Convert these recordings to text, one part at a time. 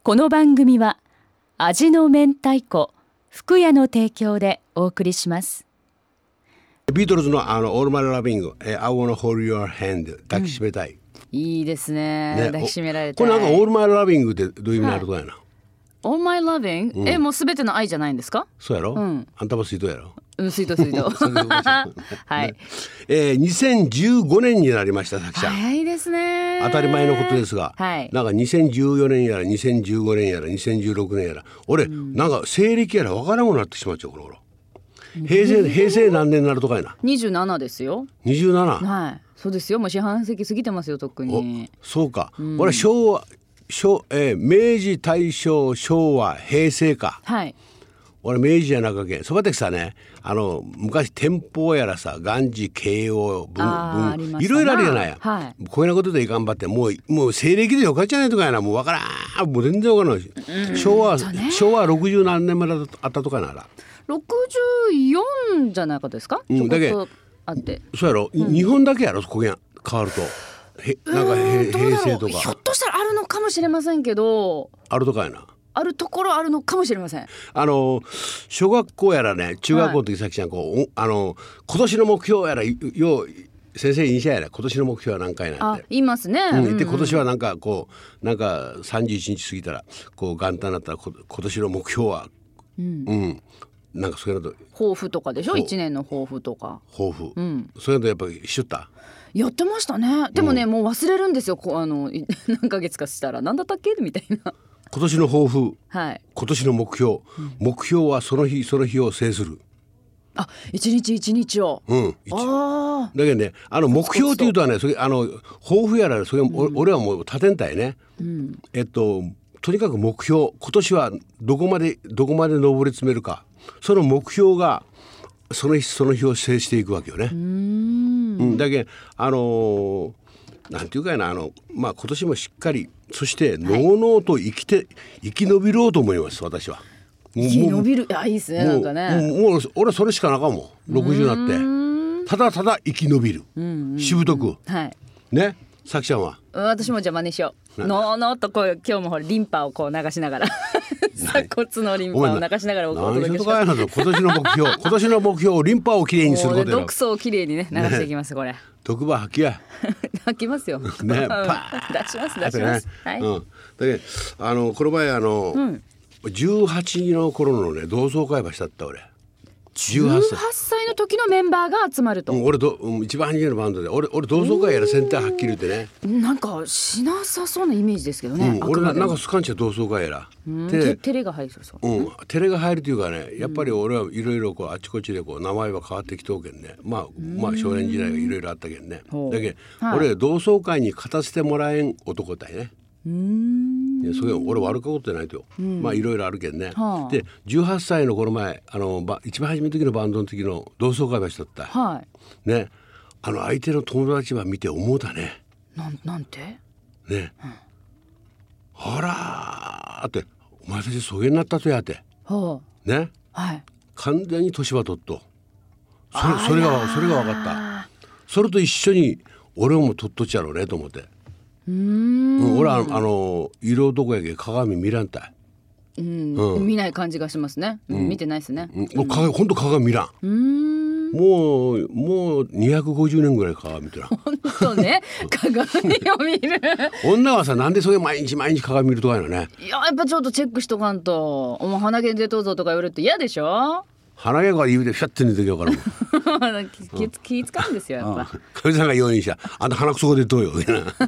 この番組は味の明太子福屋の提供でお送りします。 ビートルズのAll My Loving I Wanna Hold Your Hand 抱きしめたい、 いいですね。抱きしめられたい。 これなんか All My Loving ってどういう意味のあるとかやな、 All My Loving、もうすべての愛じゃないんですか？ そうやろ、あんたも水筒やろ。 水筒はい、 2015年になりました。作者早いですね。 当たり前のことですが、 はい、 なんか2014年やら2015年やら2016年やら俺、なんか西暦やら分からんくなってしまっちゃうこの頃。平成何年になるとかやな。 27ですよ。 27。 はい、そうですよ。もう四半世紀過ぎてますよ。特にそうか、俺明治大正昭和平成か。 はい、俺明治じゃなかけんそばでさね、昔天保やらさ元治慶応文いろいろあるじゃないや、はい、こういうなことでいかんばってもう西暦でよかっちゃないとかやな。もうわからん、もう全然わからないし、昭和60何年まであったとかなら 64じゃないかですか、 だけあってそうやろ、日本だけやろこげん変わるとなんか平成とかひょっとしたらあるのかもしれませんけど、 あるとかやな、 あるところあるのかもしれません。 小学校やらね中学校の時さきちゃん今年の目標やらよう先生いいしゃやら今年の目標は何回なんて言いますね、 で今年はなんかなんか31日過ぎたら元旦になったら今年の目標はなんかそういうのと抱負とかでしょ。1年の抱負とか抱負、そういうのやっぱりしとったやってましたね。でもね、もう忘れるんですよ。何ヶ月かしたら何だったっけみたいな。 今年の抱負、 はい、 今年の目標、目標はその日その日を制する。 一日一日を。 だけどね目標っていうとはねそれ抱負やらそれ、俺はもう立てんたいね、とにかく目標今年はどこまで上り詰めるか、その目標がその日その日を制していくわけよね。だけなんていうかやな今年もしっかりそしてのうのうと生き延びろうと思います私は。 生き延びる、いいですね。なんかねもう俺はそれしかなかも60になってただただ生き延びる、しぶとく、ね。さきちゃんは？ 私もじゃあ真似しよう。のうのうと今日もリンパを流しながら鎖骨のリンパを流しながらお届けします。 今年の目標リンパをきれいにすることだ。 毒素をきれいにね流していきます、これ。 毒歯吐きや吐きますよね。出します。 だけどこの前18の頃のね同窓会ばしたった俺。 18歳の時のメンバーが集まると、 俺一番初めのバンドで俺同窓会やらセンターはっきり言ってね、 なんかしなさそうなイメージですけどね、 俺なんかスカンチャ同窓会やらテレが入るそう、 テレが入るというかね、やっぱり俺はいろいろあちこちで名前は変わってきとうけんね、まあ少年時代がいろいろあったけんね、だけど俺同窓会に勝たせてもらえん男だいね。それ俺悪かことないとよ、まあいろいろあるけんね、で18歳の頃前一番初めの時のバンドの時の同窓会場所だった、ね、相手の友達は見て思うだね。 なんてね、あらーってお前たちそげになったとやってね、完全に年は取っとそれが分かった。それと一緒に俺も取っとっちゃろうねと思って。俺は色どこやけ鏡見らんたい、 見ない感じがしますね、見てないですね、 ほんと鏡見らん、もう250年ぐらい鏡見てらん。 ほんとね鏡を見る女はさなんでそれ毎日鏡見るとかやのね。 やっぱちょっとチェックしとかんと、お前鼻毛出とうぞとか言われると嫌でしょ。 鼻毛が指でフィャッて寝てきようからも気使うんですよやっぱ。 かみさんが用意したあんた鼻くそが出とうよ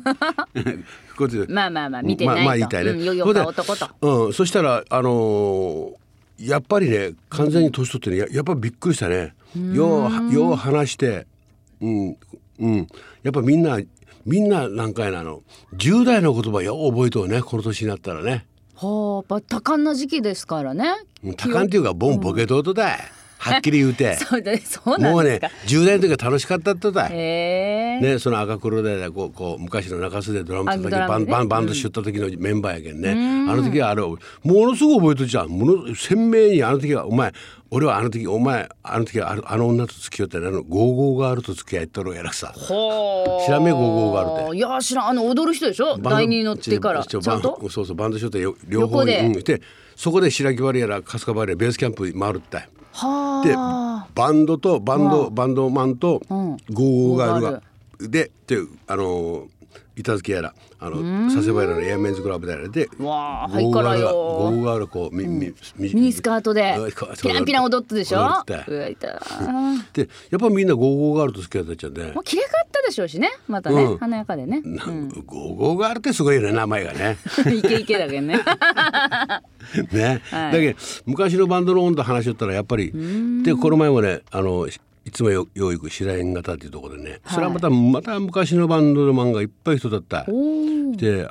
まあ見てないと、 言いたいね、 よよか男と、 そしたらやっぱりね完全に年取ってねやっぱびっくりしたね。よう話してやっぱみんな何回な10代の言葉よう覚えとうねこの年になったらね。 やっぱ多感な時期ですからね。 多感っていうかボンボケとうとだいはっきり言うてそうなんですか。もうね10代の時は楽しかったってだい、 ね、 その赤黒でこう昔の中洲でドラム叩きバンドしよった時のメンバーやけんね、あの時はものすごい覚えとっちゃう鮮明に。あの時は俺はあの時お前あの時はあの女と付き合ってゴーゴーガールと付き合いとるやらさ。知らんめゴーゴーガールって。 いや知らん。踊る人でしょ、台に乗ってからちゃんと。 そうバンドしよって両方にでそこで白木原やら春日原やらベースキャンプ回るってでバンドマンとゴーゴーガールがで板付けやら佐世保やらのエアメンズクラブでやらでゴーガールこうミニスカートでピランピラン踊ったでしょ。 でやっぱみんなゴーゴーガールと付き合ってちゃうんで、 きれかったでしょうしね、またね、華やかでね。 ゴーゴーガールってすごいよね、名前がねイケイケだけどねね、だけど昔のバンドの音と話しよったらやっぱりでこの前もねいつもよう行く白縁型っていうところでね、それはまた昔のバンドの漫画いっぱい人だった。で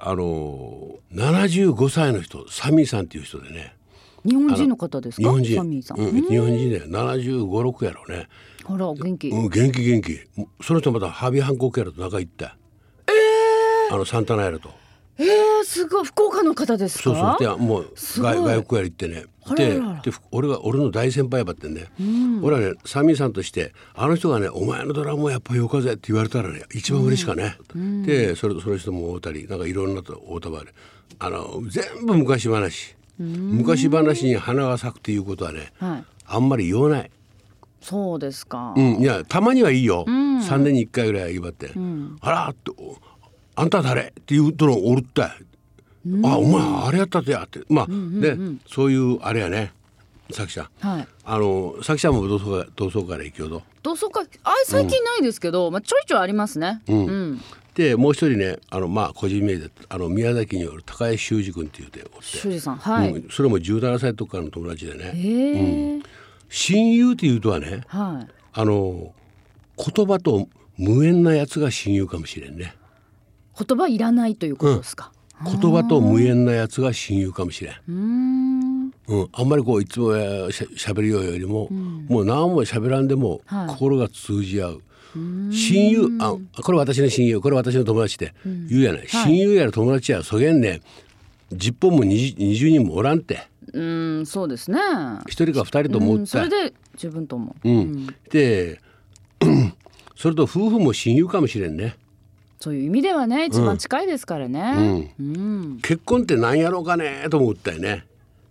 75歳の人サミーさんっていう人でね。 日本人の方ですか。 日本人、 サミーさん、 日本人で75、6やろうね。 あら元気、 元気。その人またハビーハンコックやらと仲いった。サンタナやらと。 すごい。福岡の方ですか。 そうでもう外国やり行ってね。で俺の大先輩やばってね、俺はねサミーさんとしてあの人がねお前のドラムやっぱよかぜって言われたらね一番嬉しかね、でその人も会うたりなんかいろんなと会うたばで全部昔話に花が咲くっていうことはね、あんまり言わない。 そうですか。 いやたまにはいいよ、3年に1回ぐらいは言わって、あらっとあんた誰って言うとのおるって、お前あれやったってやってでそういうあれやね。さきちゃん、さきちゃんも同窓会で行きよと。 同窓会最近ないですけど、ちょいちょいありますね。 でもう一人ね個人名で宮崎による高江修二君っていうておって、 修二さん、 それも17歳とかの友達でね、親友っていうとはね、言葉と無縁なやつが親友かもしれんね。 言葉いらないということですか。 言葉と無縁なやつが親友かもしれん。あんまりいつもしゃべるよりも、もう何もしゃべらんでも心が通じ合う。親友これ私の親友これ私の友達って言うやない、親友やら友達やそげんね10本も20人もおらんって。 そうですね。 1人か2人と思って、 それで十分と思う。 でそれと夫婦も親友かもしれんね。 そういう意味ではね一番近いですからね。 結婚って何やろうかねと思ったよね。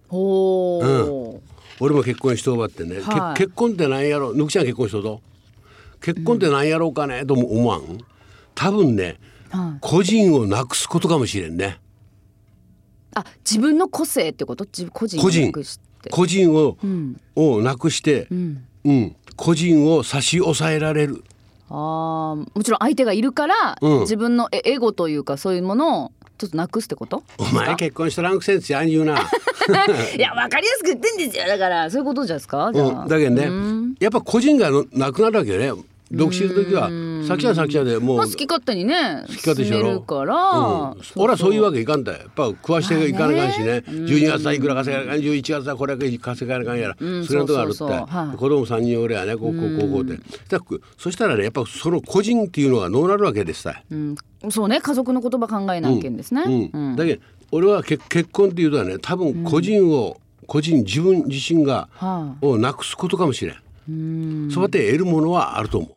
俺も結婚しとうばってね、結婚って何やろう。ぬきちゃん結婚しとうと結婚って何やろうかねとも思わん。多分ね、個人をなくすことかもしれんね。 自分の個性ってこと。個人をなくして個人をなくして、個人を差し押さえられる。 もちろん相手がいるから、自分のエゴというかそういうものをちょっとなくすってこと。 お前結婚したランクセンスやん言うな。 いや分かりやすく言ってんですよ。だからそういうことじゃないですか。 だけどね、やっぱ個人がなくなるわけよね。独身の時はさきちゃんでもう好き勝手にね住めるから、 俺はそういうわけいかんだよ。やっぱ食わしていかなあかんしね。12月はいくら稼がなあかん、11月はこれだけ稼がなあかんやら、それのとこあるって。子供3人おるやね、高校で。そしたらねやっぱその個人っていうのがどうなるわけですたい。 そうね、家族の言葉考えなきゃんですね。 だけど俺は結婚っていうとはね、多分個人自分自身がをなくすことかもしれん。そうやって得るものはあると思う。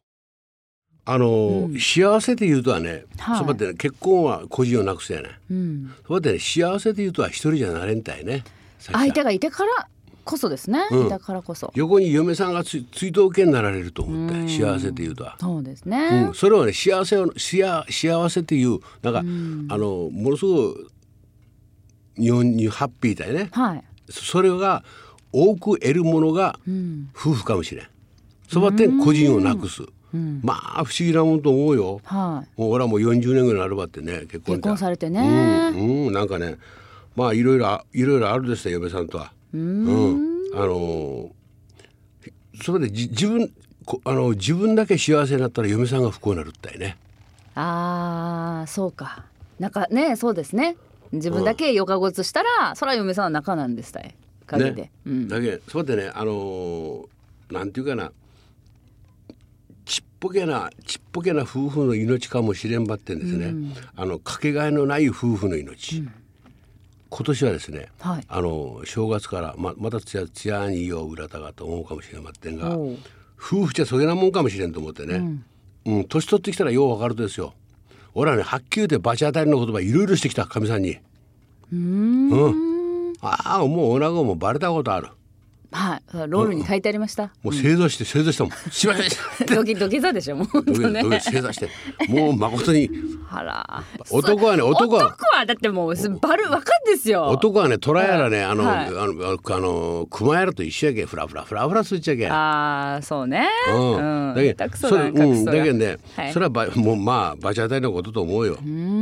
幸せで言うとはね、そうやってね、結婚は個人をなくすやね、そうやってね、幸せで言うとは一人じゃなれんたいね。 相手がいてからこそですね、いたからこそ横に嫁さんが追悼系になられると思って、幸せで言うとはそうですね、 それをね幸せっていうなんか、ものすごく日本にハッピーだよね、それが多く得るものが夫婦かもしれん。そうやって個人をなくす、まあ不思議なもんと思うよ。もう俺はもう40年ぐらいになるばってね、結婚されてね、 なんかね、まあいろいろあるですよ、嫁さんとは。それで自分だけ幸せになったら嫁さんが不幸になるったいね。 そうか、なんかね、そうですね。自分だけよかごつしたら、そら嫁さんは仲なんですたい陰で、 だけどそうやってね、 なんていうかな、ちっぽけな夫婦の命かもしれんばってんですね、かけがえのない夫婦の命、今年はですね、 はい、 正月から またつやによう裏たがと思うかもしれませんが、夫婦じゃそげなもんかもしれんと思ってね、年取ってきたらよう分かるとですよ。俺はね、はっきり言ってバチ当たりの言葉いろいろしてきた、かみさんに。ああ、もう女子もバレたことある。 はい、ロールに書いてありました。 もう正座したもん。すいません。 土下座でしょ、もう。 正座して、もう誠に。 あら。 男はだってもう分かんですよ。 男はね、虎やらね、熊やらと一緒やけん、フラフラすっちゃけん。 ああ、そうね。 だけどね、それはもうバチ当たりのことと思うよ。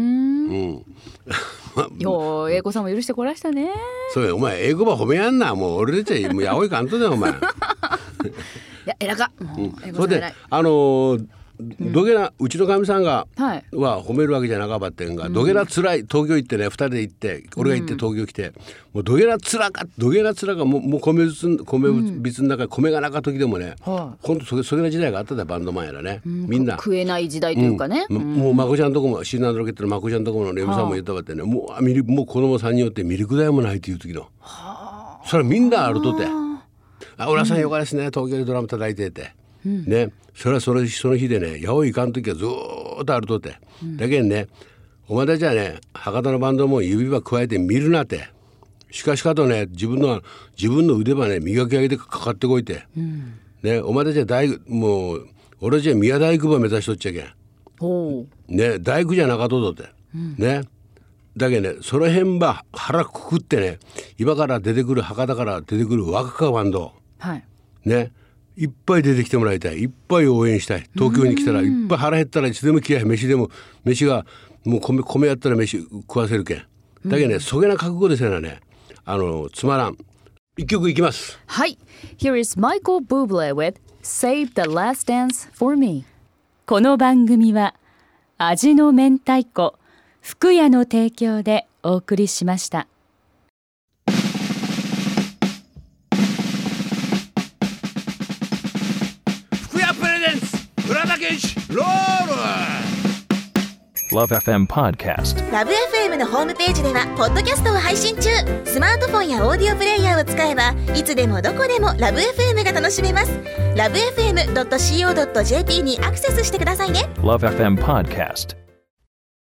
よう英子さんも許してこらしたね。 そうや、お前英語ば褒めやんな、もう俺でちゃもうやおいかんとだよお前。いや偉か。 それでどげなうちのかみさんが、は褒めるわけじゃなかったってんが、どげなつらい東京行ってね、2人で行って俺が行って東京来て、もうどげなつらかもう米びつの中に米がなかった時でもね、ほんとそげな時代があったで、バンドマンやらね、みんな食えない時代というかね、 もうまこちゃんとこもシーナードロケットのまこちゃんとこのレムさんも言ったばってね、もう子供3人おってミルク代もないっていう時の、それみんなあるとって俺はさんよかですね、東京でドラム叩いてて、ね、それはその日でね、やおいかん時はずーっとあるとって、だけどね、お前たちはね、博多のバンドも指ば加えて見るなって、しかとね、自分の腕ばね磨き上げてかかってこいて、ね、お前たちはもう俺たちは宮大工ば目指しとっちゃけん、ね、大工じゃなかとって、ね、だけどね、その辺ば腹くくってね、今から出てくる博多から出てくる若かバンド、ね、いっぱい出てきてもらいたい、いっぱい応援したい。東京に来たらいっぱい腹減ったらいつでも来や、飯がもう米やったら飯食わせるけん。だけどね、そげな覚悟ですよね、つまらん。一曲いきます。 はい、 Here is Michael Bublé with Save the Last Dance for Me。 この番組は味の明太子福屋の提供でお送りしました。 ロール LoveFM Podcast。 LoveFM のホームページではポッドキャストを配信中。スマートフォンやオーディオプレイヤーを使えばいつでもどこでも LoveFM が楽しめます。 LoveFM.co.jp にアクセスしてくださいね。 LoveFM Podcast。